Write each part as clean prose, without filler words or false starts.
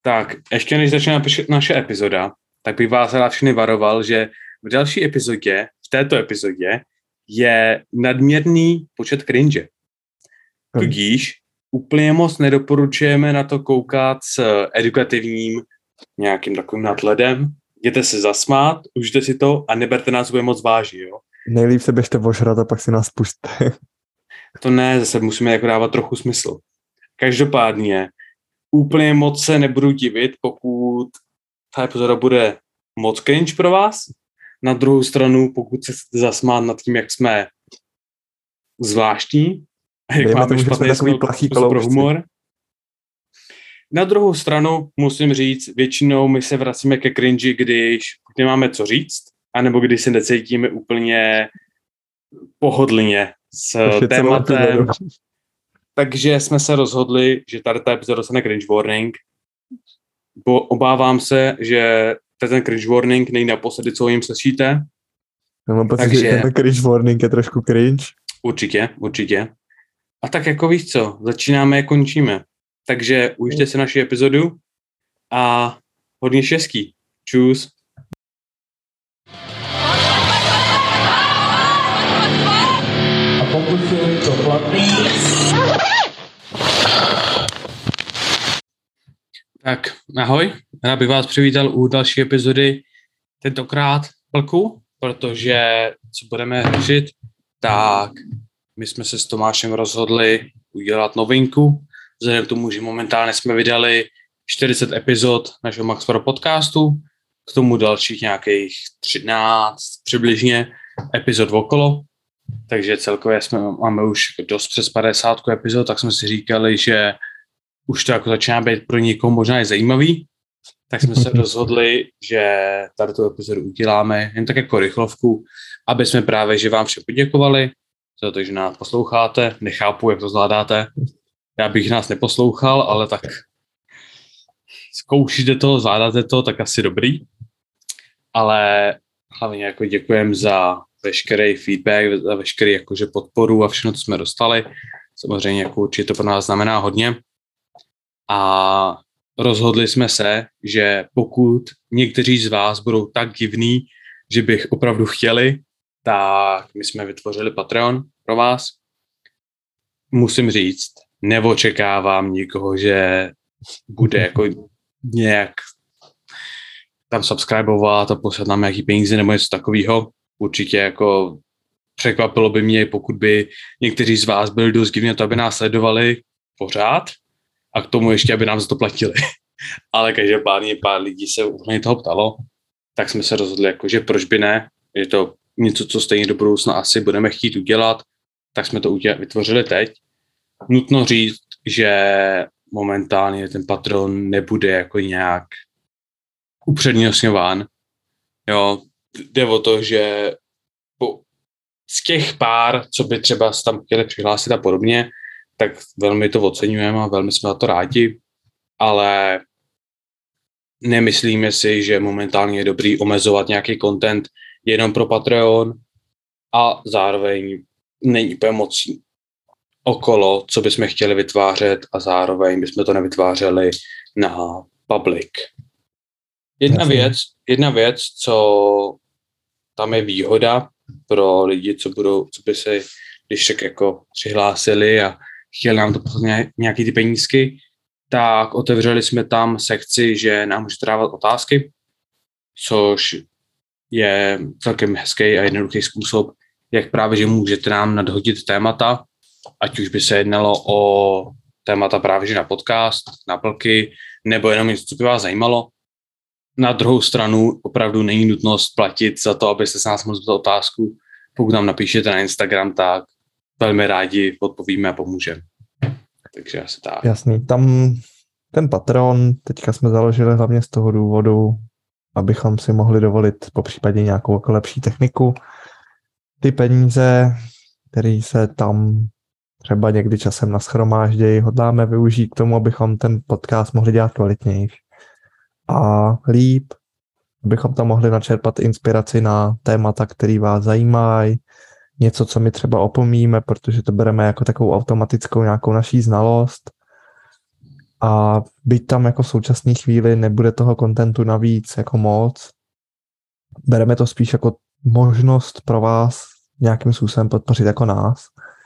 Tak, ještě než začne naše epizoda, tak bych vás rád všechny varoval, že v další epizodě, v této epizodě, je nadměrný počet cringe. Tudíž úplně moc nedoporučujeme na to koukat s edukativním nějakým takovým nadhledem. Jděte se zasmát, užijte si to a neberte nás úplně moc vážně, jo? Nejlíp se běžte ožrat a pak si nás pusťte. To ne, zase musíme jako dávat trochu smysl. Každopádně, úplně moc se nebudu divit, pokud ta epizoda bude moc cringe pro vás. Na druhou stranu, pokud se chcete zasmát nad tím, jak jsme zvláštní, a jak máme špatný smysl pro humor. Na druhou stranu musím říct, většinou my se vracíme ke cringe, když nemáme co říct, anebo když se necítíme úplně pohodlně s tématem. Takže jsme se rozhodli, že tady ta epizoda dostane cringe warning. Obávám se, že ten cringe warning není naposledy, co jim slyšíte. Já mám pocit, že ten cringe warning je trošku cringe. Určitě. A tak jako víš co, začínáme, končíme. Takže užijte si naši epizodu a hodně štěstí. Čus. A pokud je to platný... Tak, ahoj. Já bych vás přivítal u další epizody, tentokrát vlku, protože co budeme řešit, tak my jsme se s Tomášem rozhodli udělat novinku, vzhledem k tomu, že momentálně jsme vydali 40 epizod našeho Max Pro podcastu, k tomu dalších nějakých 13 přibližně epizod okolo, takže celkově máme už dost přes 50 epizod, tak jsme si říkali, že už to jako začíná být pro někoho možná i zajímavý, tak jsme se rozhodli, že tady tu epizodu uděláme jen tak jako rychlovku, aby jsme právě, že vám všem poděkovali za to, že nás posloucháte. Nechápu, jak to zvládáte. Já bych nás neposlouchal, ale tak zkoušíte to, zvládáte to, tak asi dobrý. Ale hlavně jako děkujem za veškerý feedback, za veškerý jakože podporu a všechno, co jsme dostali. Samozřejmě jako určitě to pro nás znamená hodně. A rozhodli jsme se, že pokud někteří z vás budou tak divní, že bych opravdu chtěli, tak my jsme vytvořili Patreon pro vás. Musím říct, neočekávám nikoho, že bude jako nějak tam subscribovat a poslat nám nějaký peníze nebo něco takového. Určitě jako překvapilo by mě, pokud by někteří z vás byli dost divní, to aby nás sledovali pořád a k tomu ještě, aby nám za to platili. Ale každopádně pár lidí se úplně toho ptalo, tak jsme se rozhodli, jako, že proč by ne, je to něco, co stejně do budoucna asi budeme chtít udělat, tak jsme to vytvořili teď. Nutno říct, že momentálně ten Patreon nebude jako nějak upřednostňován. Jo, jde o to, že z těch pár, co by třeba tam chtěli přihlásit a podobně, tak velmi to oceňujeme a velmi jsme na to rádi, ale nemyslíme si, že momentálně je dobrý omezovat nějaký content jenom pro Patreon a zároveň není úplně moc okolo, co bychom chtěli vytvářet a zároveň bychom to nevytvářeli na public. Jedna věc, co tam je výhoda pro lidi, co by se když tak jako přihlásili a chtěli nám to poslat nějaký ty penízky, tak otevřeli jsme tam sekci, že nám můžete dávat otázky, což je celkem hezký a jednoduchý způsob, jak právě, že můžete nám nadhodit témata, ať už by se jednalo o témata právě, že na podcast, na vlky, nebo jenom něco, co by vás zajímalo. Na druhou stranu opravdu není nutnost platit za to, abyste se nás mohli zeptat otázku. Pokud nám napíšete na Instagram, tak velmi rádi odpovíme a pomůžeme. Takže asi tak. Jasný, tam ten Patreon teďka jsme založili hlavně z toho důvodu, abychom si mohli dovolit popřípadě nějakou jako lepší techniku. Ty peníze, které se tam třeba někdy časem nashromáždějí, hodláme využít k tomu, abychom ten podcast mohli dělat kvalitnější a líp, abychom tam mohli načerpat inspiraci na témata, které vás zajímají, něco, co my třeba opomíme, protože to bereme jako takovou automatickou nějakou naší znalost. A byť tam jako v současné chvíli nebude toho kontentu navíc jako moc, bereme to spíš jako možnost pro vás nějakým způsobem podpořit jako nás.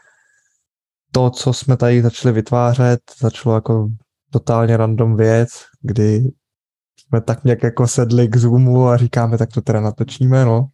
To, co jsme tady začali vytvářet, začalo jako totálně random věc, kdy jsme tak nějak jako sedli k Zoomu a říkáme, tak to teda natočíme, no.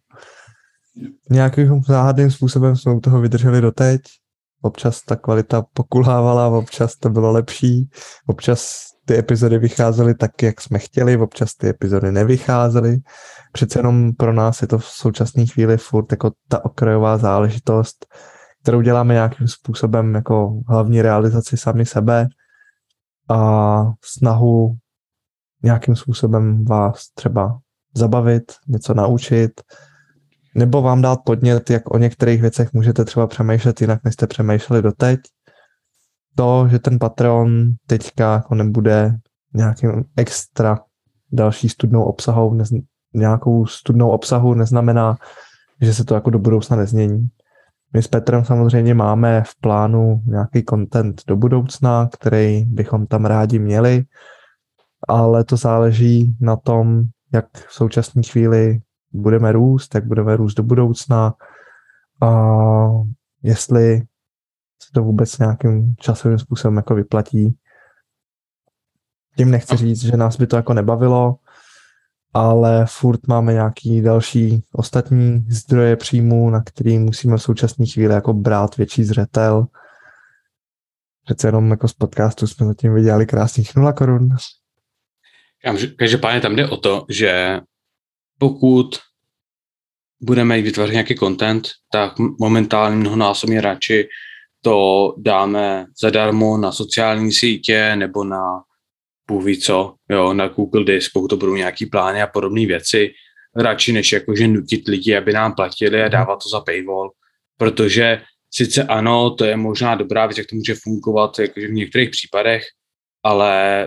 Nějakým záhadným způsobem jsme u toho vydrželi doteď. Občas ta kvalita pokulhávala, občas to bylo lepší, občas ty epizody vycházely tak, jak jsme chtěli, občas ty epizody nevycházely. Přece jenom pro nás je to v současné chvíli furt jako ta okrajová záležitost, kterou děláme nějakým způsobem jako hlavní realizaci sami sebe a snahu nějakým způsobem vás třeba zabavit, něco naučit, nebo vám dát podnět, jak o některých věcech můžete třeba přemýšlet jinak, než jste přemýšleli doteď. To, že ten Patreon teďka jako nebude nějakým extra další studnou obsahou, nějakou studnou obsahu, neznamená, že se to jako do budoucna nezmění. My s Petrem samozřejmě máme v plánu nějaký content do budoucna, který bychom tam rádi měli, ale to záleží na tom, jak v současné chvíli budeme růst, jak budeme růst do budoucna a jestli se to vůbec nějakým časovým způsobem jako vyplatí. Tím nechci říct, že nás by to jako nebavilo, ale furt máme nějaký další ostatní zdroje příjmů, na který musíme v současné chvíli jako brát větší zřetel. Přece jenom jako z podcastu jsme zatím vydělali krásných 0 korun. Každopádně tam jde o to, že pokud budeme vytvářet nějaký content, tak momentálně mnohonásobně radši to dáme zadarmo na sociální sítě nebo na Bůh ví co, jo, na Google Disk, pokud to budou nějaký plány a podobné věci, radši než jakože nutit lidi, aby nám platili a dávat to za paywall, protože sice ano, to je možná dobrá věc, jak to může fungovat jakože v některých případech, ale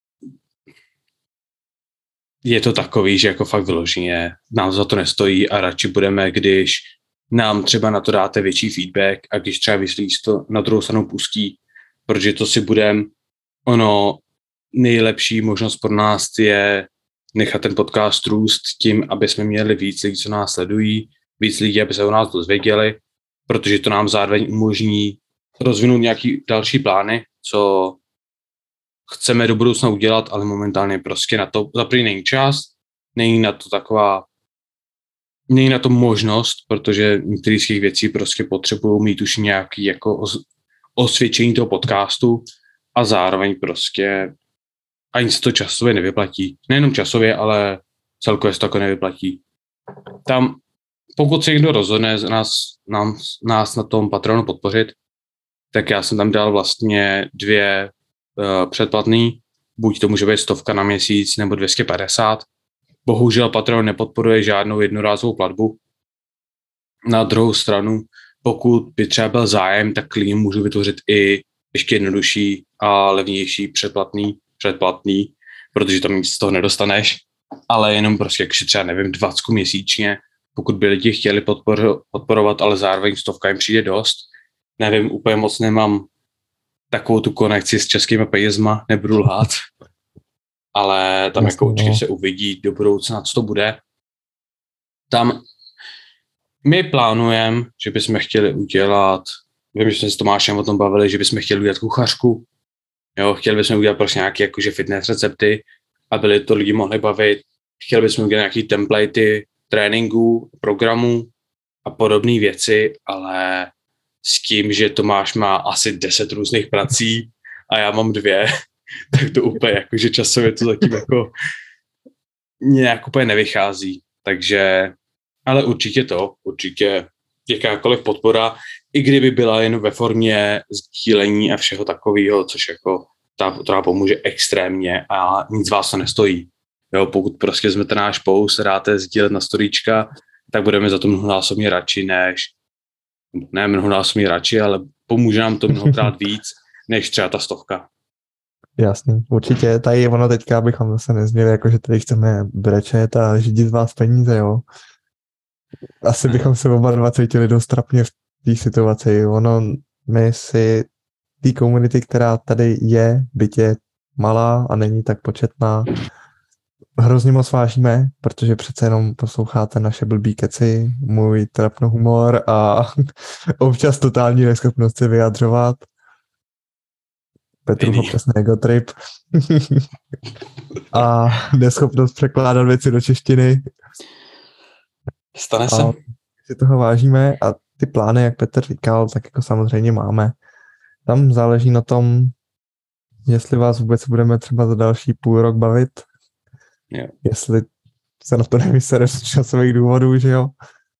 je to takový, že jako fakt vyloženě nám za to nestojí a radši budeme, když nám třeba na to dáte větší feedback a když třeba Vyslíc to na druhou stranu pustí, protože to si budeme, ono nejlepší možnost pro nás je nechat ten podcast růst tím, aby jsme měli víc lidí, co nás sledují, víc lidí, aby se o nás dozvěděli, protože to nám zároveň umožní rozvinout nějaký další plány, co chceme do budoucna udělat, ale momentálně prostě na to zaprý není čas, není na to možnost, protože některé z těch věcí prostě potřebují mít už nějaký jako osvědčení toho podcastu a zároveň prostě ani se to časově nevyplatí. Nejenom časově, ale celkově se to jako nevyplatí. Tam, pokud se někdo rozhodne nás na tom Patreonu podpořit, tak já jsem tam dal vlastně 2 předplatný, buď to může být 100 na měsíc nebo 250. Bohužel Patreon nepodporuje žádnou jednorázovou platbu. Na druhou stranu, pokud by třeba byl zájem, tak klidně můžu vytvořit i ještě jednodušší a levnější předplatný, protože tam nic z toho nedostaneš, ale jenom prostě jakže třeba nevím 20 měsíčně, pokud by lidi chtěli podporovat, ale zároveň 100 jim přijde dost. Nevím, úplně moc nemám takovou tu konekci s českými penězma, nebudu lhát, ale tam jako určitě se uvidí do budoucna, co to bude. Tam my plánujeme, že bychom chtěli udělat, vím, že jsme s Tomášem o tom bavili, že bychom chtěli udělat kuchařku, jo, chtěli bychom udělat prostě nějaké jakože fitness recepty, aby to lidi mohli bavit, chtěli bychom udělat nějaké templatey tréninků, programů a podobné věci, ale s tím, že Tomáš má asi 10 různých prací a já mám 2, tak to úplně jakože časově to zatím jako nějak úplně nevychází. Takže, ale určitě jakákoliv podpora, i kdyby byla jen ve formě sdílení a všeho takového, což jako ta pomůže extrémně a nic vás to nestojí. Jo, pokud prostě jsme ten náš post dáte sdílet na storíčka, tak budeme za to mnohonásobně radši ne mnohonásobně radši, ale pomůže nám to mnohokrát víc, než třeba ta 100. Jasný, určitě. Tady ono teďka, abychom zase nezněli, jako že tady chceme brečet a židit z vás peníze, jo. Asi bychom se oba 2 cítili dost trapně v té situaci. Ono, my si té komunity, která tady je, byť je malá a není tak početná. Hrozně moc vážíme, protože přece jenom posloucháte naše blbý keci, můj trapno humor a občas totální neschopnost se vyjadřovat. Petrův občas egotrip a neschopnost překládat věci do češtiny. Stane se. A si toho vážíme a ty plány, jak Petr říkal, tak jako samozřejmě máme. Tam záleží na tom, jestli vás vůbec budeme třeba za další půl rok bavit. Jo. Jestli se na to nevysere z časových důvodů, že jo.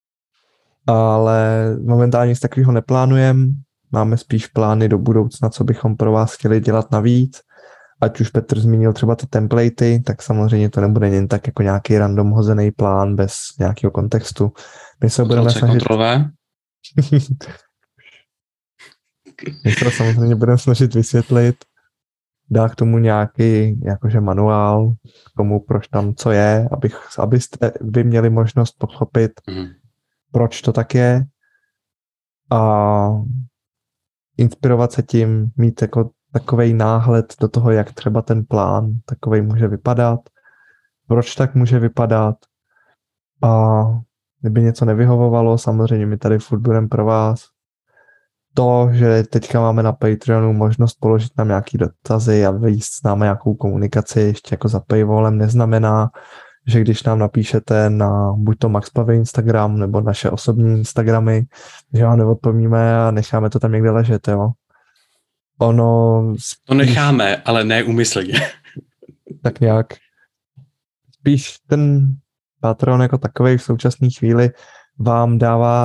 Ale momentálně nic takového neplánujeme. Máme spíš plány do budoucna, co bychom pro vás chtěli dělat navíc. Ať už Petr zmínil třeba ty templatey, tak samozřejmě to nebude jen tak jako nějaký random hozený plán bez nějakého kontextu. My se budeme snažit... My se samozřejmě budeme snažit vysvětlit, dá k tomu nějaký jakože manuál, k tomu, proč tam co je, abyste vy měli možnost pochopit, proč to tak je a inspirovat se tím, mít jako takovej náhled do toho, jak třeba ten plán takovej může vypadat, proč tak může vypadat a kdyby něco nevyhovovalo, samozřejmě my tady furt budeme pro vás. To, že teďka máme na Patreonu možnost položit nám nějaký dotazy a vést s námi nějakou komunikaci ještě jako za paywallem, neznamená, že když nám napíšete na buď to MaxPlavy Instagram nebo naše osobní Instagramy, že vám neodpovíme a necháme to tam někde ležet, jo. To necháme, ale ne úmyslně. Tak nějak. Spíš ten Patreon jako takovej v současné chvíli vám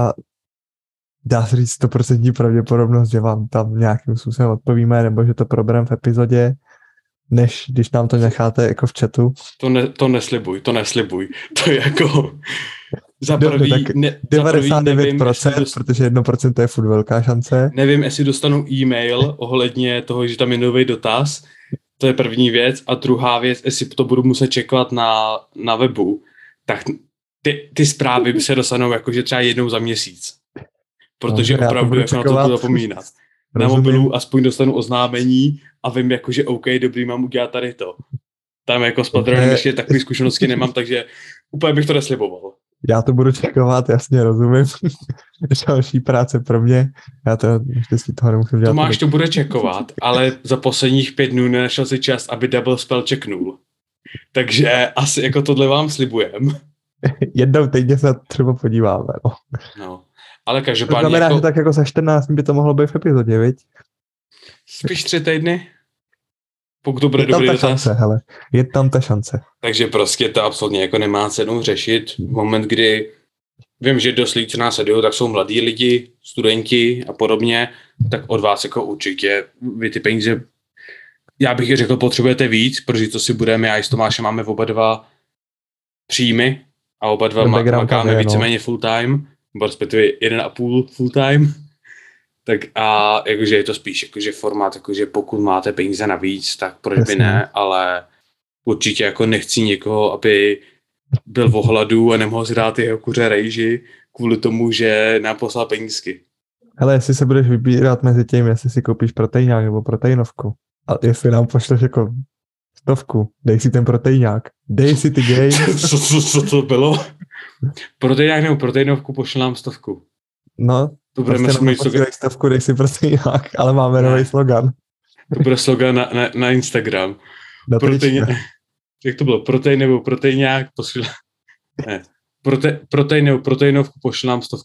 dá se říct 100% pravděpodobnost, že vám tam nějakým způsobem odpovíme, nebo že to probereme v epizodě, než když nám to necháte jako v chatu. To neslibuj. To je jako za prvý... Dobře, 99%, nevím, protože 1% je furt velká šance. Nevím, jestli dostanu e-mail ohledně toho, že tam je nový dotaz. To je první věc. A druhá věc, jestli to budu muset čekovat na webu, tak ty zprávy se dostanou jakože třeba jednou za měsíc. Protože opravdu jako na to budu zapomínat. Na mobilu aspoň dostanu oznámení a vím jako, že OK, dobrý, mám udělat tady to. Tam jako s Patreonem ještě takové zkušenosti nemám, takže úplně bych to nesliboval. Já to budu čekovat, jasně rozumím. Další práce pro mě. Já to ještě toho nemusím dělat. Tomáš to bude čekovat, ale za posledních 5 dnů nenašel si čas, aby double spell checknul. Takže asi jako tohle vám slibujem. Jednou týdně se třeba podíváme. No. Ale každopádně... To znamená, že tak jako za 14 by to mohlo být v epizodě, viď? Spíš 3 týdny? Pokud to bude dobrý dotaz. Je tam ta šance. Takže prostě to absolutně jako nemá cenu řešit. V moment, kdy vím, že dost lidí, co nás sledují, tak jsou mladí lidi, studenti a podobně, tak od vás jako určitě vy ty peníze, já bych řekl, potřebujete víc, protože to si budeme, já i s Tomášem máme oba dva příjmy a oba dva makáme víceméně full time, nebo respektive 1,5 full time. Tak a jakože je to spíš jakože formát, jakože pokud máte peníze navíc, tak proč by ne, ale určitě jako nechci někoho, aby byl v ohladu a nemohl si dát jeho kuře rejži kvůli tomu, že nám poslal penízky. Hele, jestli se budeš vybírat mezi tím, jestli si koupíš proteinák nebo proteinovku a jestli nám pošleš jako 100, dej si ten proteinák, dej si ty games. Co to bylo? Proteinák nebo proteinovku pošl nám 100. No, to budeme prostě nám posílej 100, dej si proteinák, ale máme nový slogan. To bude slogan na Instagram. Jak to bylo? Protein nebo proteinák posílá... Ne. Protein nebo proteinovku pošl nám 100.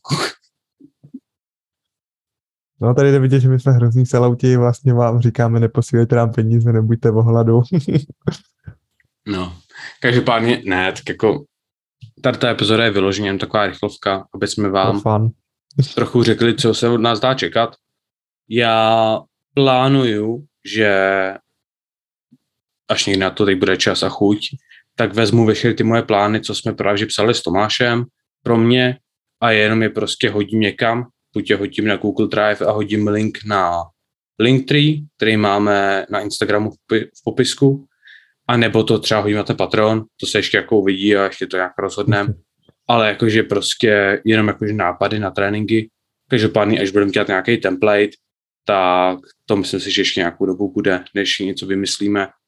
No tady jde vidět, že my jsme hrozný sellouti, vlastně vám říkáme, neposílejte nám peníze, nebuďte v ohladu. No, každopádně ne, tak jako tady ta epizoda je vyloženě jen taková rychlovka, aby jsme vám trochu řekli, co se od nás dá čekat. Já plánuju, že až někdy na to teď bude čas a chuť, tak vezmu veškeré ty moje plány, co jsme právě psali s Tomášem pro mě a jenom je prostě hodím někam, buď je hodím na Google Drive a hodím link na Linktree, který máme na Instagramu v popisku, a nebo to třeba hodím na ten Patreon, to se ještě jako uvidí a ještě to nějak rozhodneme, ale jakože prostě jenom jakože nápady na tréninky, každopádně až budeme dělat nějaký template, tak to myslím si, že ještě nějakou dobu bude, než něco vymyslíme,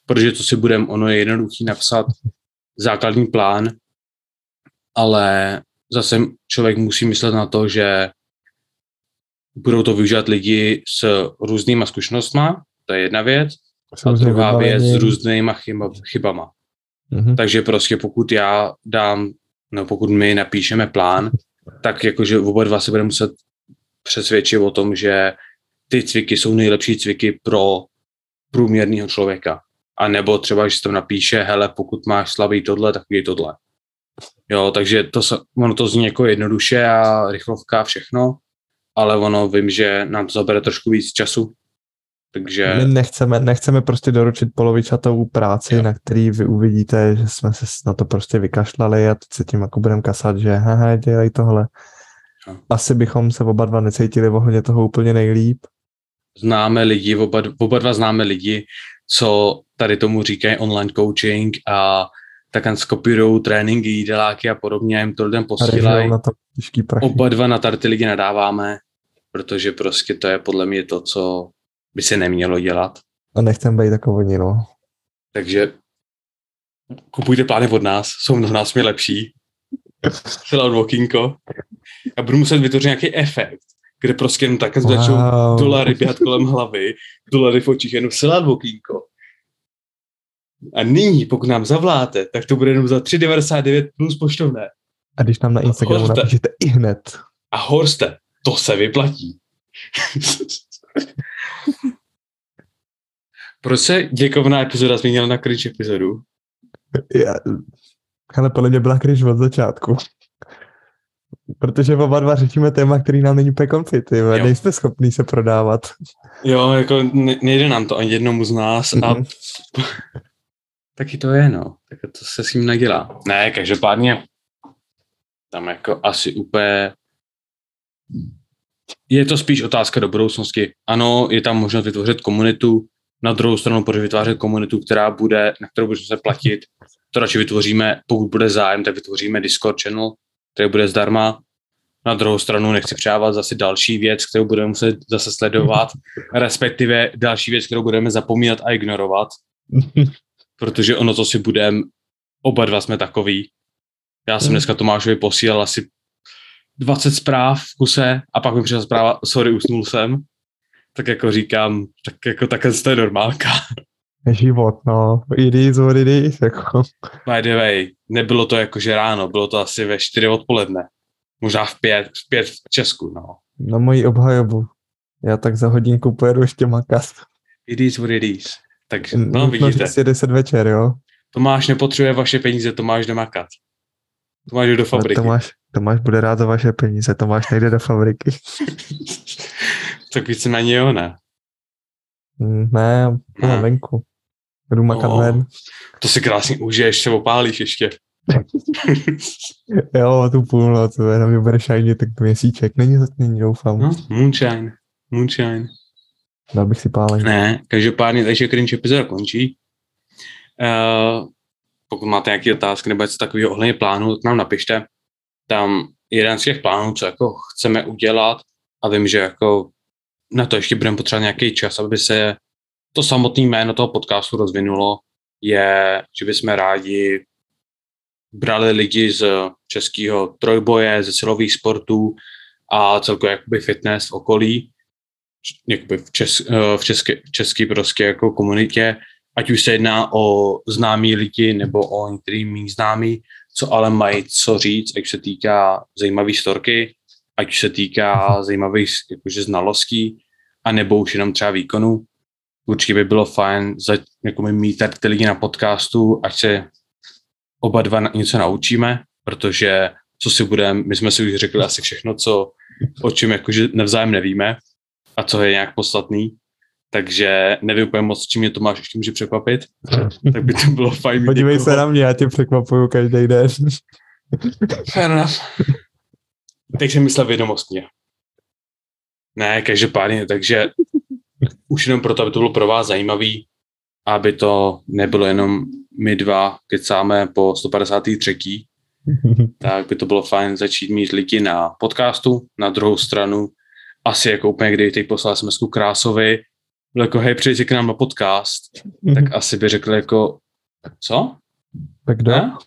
protože to si budeme, ono je jednoduchý napsat základní plán, ale zase člověk musí myslet na to, že budou to využívat lidi s různýma zkušenostma, to je jedna věc, a druhá věc s různýma chybama. Takže prostě pokud my napíšeme plán, tak jakože oba dva se budeme muset přesvědčit o tom, že ty cviky jsou nejlepší cviky pro průměrného člověka. A nebo třeba, že se tam napíše, hele, pokud máš slabý tohle, tak je tohle. Jo, takže ono to zní jako jednoduše a rychlovka všechno, ale ono vím, že nám to zabere trošku víc času. Takže... My nechceme prostě doručit polovičatou práci, na který vy uvidíte, že jsme se na to prostě vykašlali a teď se tím jako budeme kasat, že dělej tohle. Asi bychom se oba dva necítili ohledně toho úplně nejlíp. Známe lidi, oba dva známe lidi, co tady tomu říkají online coaching a tak skopírujou tréninky, jídeláky a podobně, jim to lidem posílají. Oba dva na tady ty lidi nadáváme, protože prostě to je podle mě to, co by se nemělo dělat. A nechcem být takový, no. Takže kupujte plány od nás, jsou mnohonásobně lepší. Celá walkingo. A budu muset vytvořit nějaký efekt, kde prostě jenom takhle začnou dolary běhat kolem hlavy, dolary v očích, jenom celá walkingo. A nyní, pokud nám zavláte, tak to bude jenom za 3,99 plus poštovné. A když nám na Instagramu napíšete i hned. A Horste, to se vyplatí. Proč se děkovná epizoda změnila na cringe epizodu? Hele, podle mě byla cringe od začátku. Protože oba dva řešíme téma, který nám není úplně konfity. Nejsme schopní se prodávat. Jo, jako nejde nám to ani jednomu z nás. A taky to je, no. Tak to se s ním nedělá. Ne, každopádně tam jako asi úplně... Je to spíš otázka do budoucnosti. Ano, je tam možnost vytvořit komunitu, na druhou stranu, protože vytvářet komunitu, na kterou budeme se platit, to radši vytvoříme, pokud bude zájem, tak vytvoříme Discord channel, který bude zdarma. Na druhou stranu nechci přidávat zase další věc, kterou budeme muset zase sledovat, respektive další věc, kterou budeme zapomínat a ignorovat, protože ono to si budeme, oba dva jsme takový. Já jsem dneska Tomášovi posílal asi 20 zpráv v kuse a pak mi přišla zpráva, sorry, usnul jsem. Tak jako říkám, tak jako takhle to je normálka. Život, no. It is what it is, jako. By the way, nebylo to jakože ráno, bylo to asi ve 4 odpoledne. Možná v 5 v Česku, no. Na moji obhajobu. Já tak za hodinku pojedu ještě makat. It is what it is. Tak, no vidíte. Je 10 večer, jo. Tomáš nepotřebuje vaše peníze, Tomáš jde makat. Tomáš jde do fabriky. Tomáš bude rád za vaše peníze, Tomáš nejde do fabriky. Tak víceméně jo, ne? Ne, na venku. Jdu makat ven. To si krásně užiješ, se opálíš ještě. Jo, tu půlnoc, na mě bude šajnit tak měsíček, není zatmění, doufám. No, moonshine. Dal bych si pálení. Ne, každopádně, takže cringe epizoda končí. Pokud máte nějaké otázky nebo něco takového ohledně plánu, tak nám napište. Tam jeden z těch plánů, co jako chceme udělat, a vím, že jako na to ještě budeme potřebovat nějaký čas, aby se to samotné jméno toho podcastu rozvinulo, je, že bychom rádi brali lidi z českého trojboje, ze silových sportů a celkově jakoby fitness v okolí, jakoby v české prostě jako komunitě, ať už se jedná o známí lidi nebo o některý méně známí, co ale mají co říct, ať se týká zajímavé storky, ať se týká zajímavých jakože znalostí, a nebo už jenom třeba výkonu. Určitě by bylo fajn mít tady ty lidi na podcastu, ať se oba dva něco naučíme, protože my jsme si už řekli asi všechno, o čem jakože navzájem nevíme a co je nějak podstatný. Takže nevím úplně moc, čím mě Tomáš ještě může překvapit. Tak by to bylo fajn. Podívej se na mě, já tě překvapuju každý den. Fair enough. Teď jsem myslel vědomostně. Ne, každopádně, takže už jenom proto, aby to bylo pro vás zajímavý, aby to nebylo jenom my dva kecáme po 153. Tak by to bylo fajn začít mít lidi na podcastu. Na druhou stranu asi jako úplně, kdy teď poslal smsku Krásovi, byl jako hej, přijď si k nám na podcast, tak asi by řekl jako, co? Tak kdo? Ne?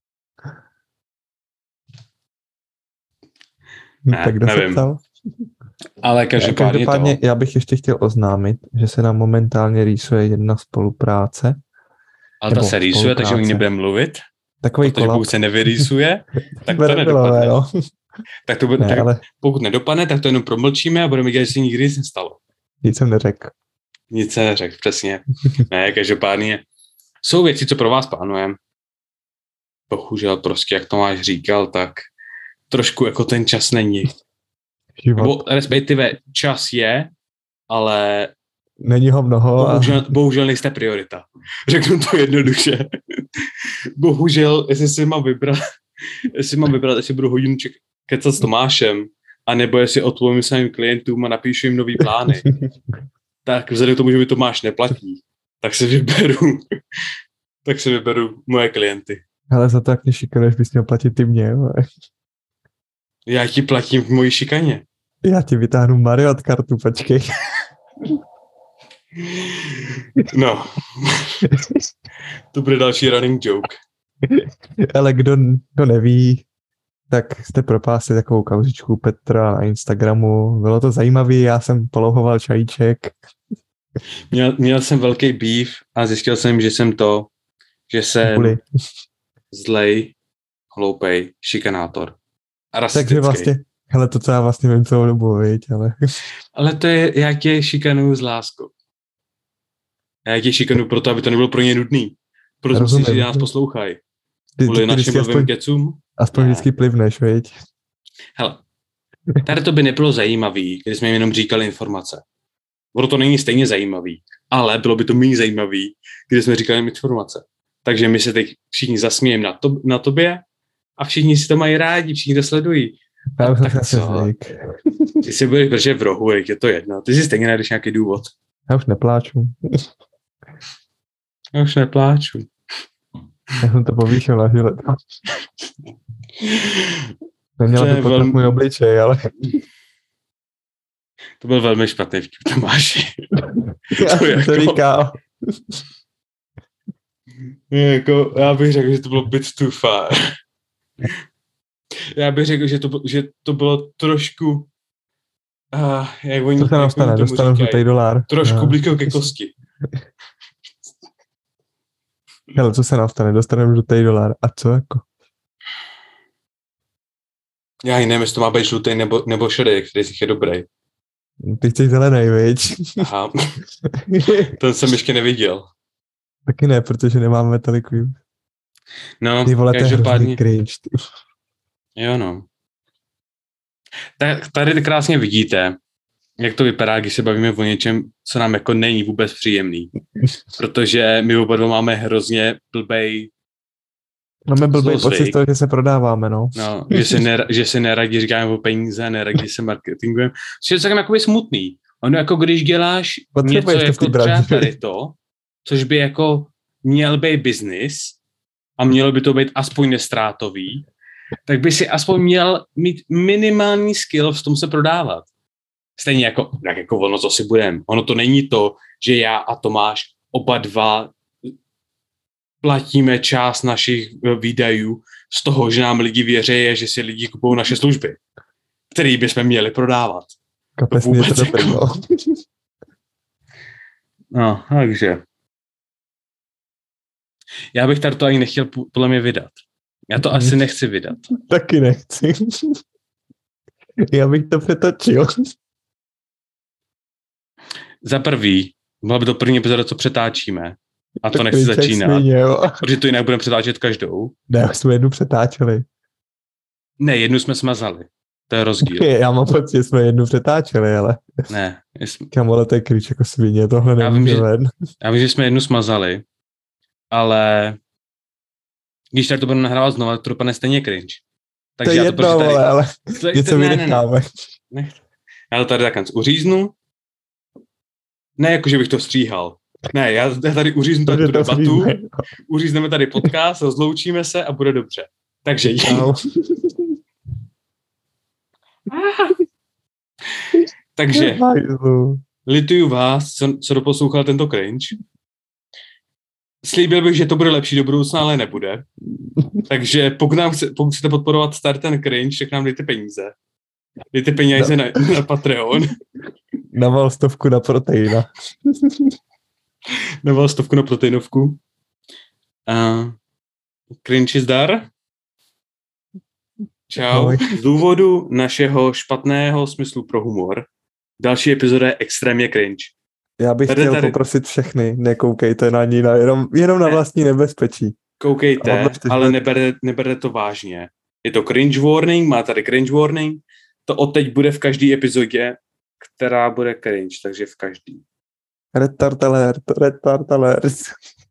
Ne, Tak kdo se nevím. ptal? Ale každopádně já bych ještě chtěl oznámit, že se nám momentálně rýsuje jedna spolupráce. ale ta se rýsuje, takže o ní nebudeme mluvit. Takový Protože kolab. pokud se nevyrýsuje, tak to Nebylo, nedopadne. no. Tak to bude, Ne, ale pokud nedopadne, tak to jenom promlčíme a budeme dělat, že se nikdy nic nestalo. nic jsem neřekl. Nic se neřekl, přesně. Ne, každopádně jsou věci, co pro vás plánujeme. Bohužel prostě, jak Tomáš říkal, tak trošku jako ten čas není. Život. Nebo respektive čas je, ale Není ho mnoho. bohužel nejste priorita. Řeknu to jednoduše. Bohužel, jestli mám vybrat, jestli budu hodinu kecat s Tomášem, anebo jestli odpovím svým klientům a napíšu jim nový plány, tak vzhledem k tomu, že mi Tomáš neplatí, tak si vyberu moje klienty. Ale za to, jak mě šikanuješ, bys měl platit ty mě. Jo. Já ti platím v mojí šikaně. Já ti vytáhnu Marriott kartu, počkej. No. To bude další running joke. Ale kdo neví, tak jste propásli takovou kauzičku Petra na Instagramu. Bylo to zajímavé, já jsem polouhoval čajíček. Měl jsem velký beef a zjistil jsem, že jsem zlej, hloupej, šikanátor. A rasistický. Takže vlastně, hele, to, co já vlastně vím celou dobu, viď, ale... Ale to je, já tě šikanuju s láskou. Já tě šikanuju proto, aby to nebylo pro ně nudný. Proto si, že nás poslouchají. Kvůli našim novým kecům. Aspoň vždycky plivneš, viď? Hele, tady to by nebylo zajímavý, když jsme jim jenom říkali informace. Proto to není stejně zajímavý, ale bylo by to méně zajímavý, když jsme říkali jim informace. Takže my se teď všichni zasmějeme na tobě a všichni si to mají rádi, všichni to sledují. Já už tak co? Ty si budeš držet v rohu, je to jedno. Ty si stejně najdeš nějaký důvod. Já už nepláču. Já už nepláču. Já jsem to povýšil na žile. Neměla by potrat můj obličej, ale... To byl velmi špatný vtip, Tomáši. Já jsem to říkal. Já bych řekl, že to bylo bit too far. Já bych řekl, že to bylo trošku... jak oni, co se nám stane? Dostanu žlutej dolár. Trošku blízko ke kosti. Hele, co se nám stane? Dostaneme žlutej dolár. A co jako? Já ji nevím, jestli to má být žlutej nebo šedý, který z nich je dobrý. Ty chceš zelenej, viď? Aha. Ten jsem ještě neviděl. Taky ne, protože nemáme tolik view. No, ty vole, každopádně... cringe. Jo, no. Tak tady krásně vidíte, jak to vypadá, když se bavíme o něčem, co nám jako není vůbec příjemný. Protože my oba máme hrozně blbej Máme blbej pocit z toho, že se prodáváme, no. No, že si neradi říkáme o peníze, neradi se marketingujeme. Což je celkem jakoby smutný. Ono jako když děláš něco jako třeba tady to, což by jako měl být business a mělo by to být aspoň nestrátový, tak by si aspoň měl mít minimální skill v tom se prodávat. Stejně jako ono, co si budeme. Ono to není to, že já a Tomáš oba dva platíme část našich výdajů z toho, že nám lidi věří a že si lidi kupují naše služby, které bychom měli prodávat. Kapesně je to dobrý, no. No, takže. Já bych tady to ani nechtěl podle mě vydat. Já to asi nechci vydat. Taky nechci. Já bych to přetočil. Za prvý, byla by to první epizoda, co přetáčíme. A to tak nechci začínat. Svině, protože to jinak budeme přetáčet každou. Ne, jsme jednu přetáčeli. Ne, jednu jsme smazali. To je rozdíl. Já mám pocit, že jsme jednu přetáčeli, ale... Ne. Kam, ale to je kryč jako svině, tohle nemůže ven. Já vím, že jsme jednu smazali, ale když tak to budeme nahrávat znovu, to dopadne stejně cringe. Takže to je jedno, tady... ale něco vynecháme. Ne. Já to tady takhle uříznu. Ne, jakože bych to stříhal. Ne, já tady uříznu tady tu debatu, uřízneme tady podcast, rozloučíme se a bude dobře. Takže Takže lituju vás, co doposlouchal tento cringe. Slíbil bych, že to bude lepší do budoucna, ale nebude. Takže pokud chcete podporovat Start and Cringe, tak nám dejte peníze. Dejte peníze na Patreon. Naval 100 na proteina. Naval 100 na proteinovku. Cringe zdar. Čau. Ahoj. Z důvodu našeho špatného smyslu pro humor další epizoda je extrémně cringe. Já bych chtěl poprosit všechny, nekoukejte na ní, jenom na vlastní nebezpečí. Koukejte, ale neberte to vážně. Je to cringe warning, má tady cringe warning. To odteď bude v každé epizodě, která bude cringe, takže v každý. Retard alert.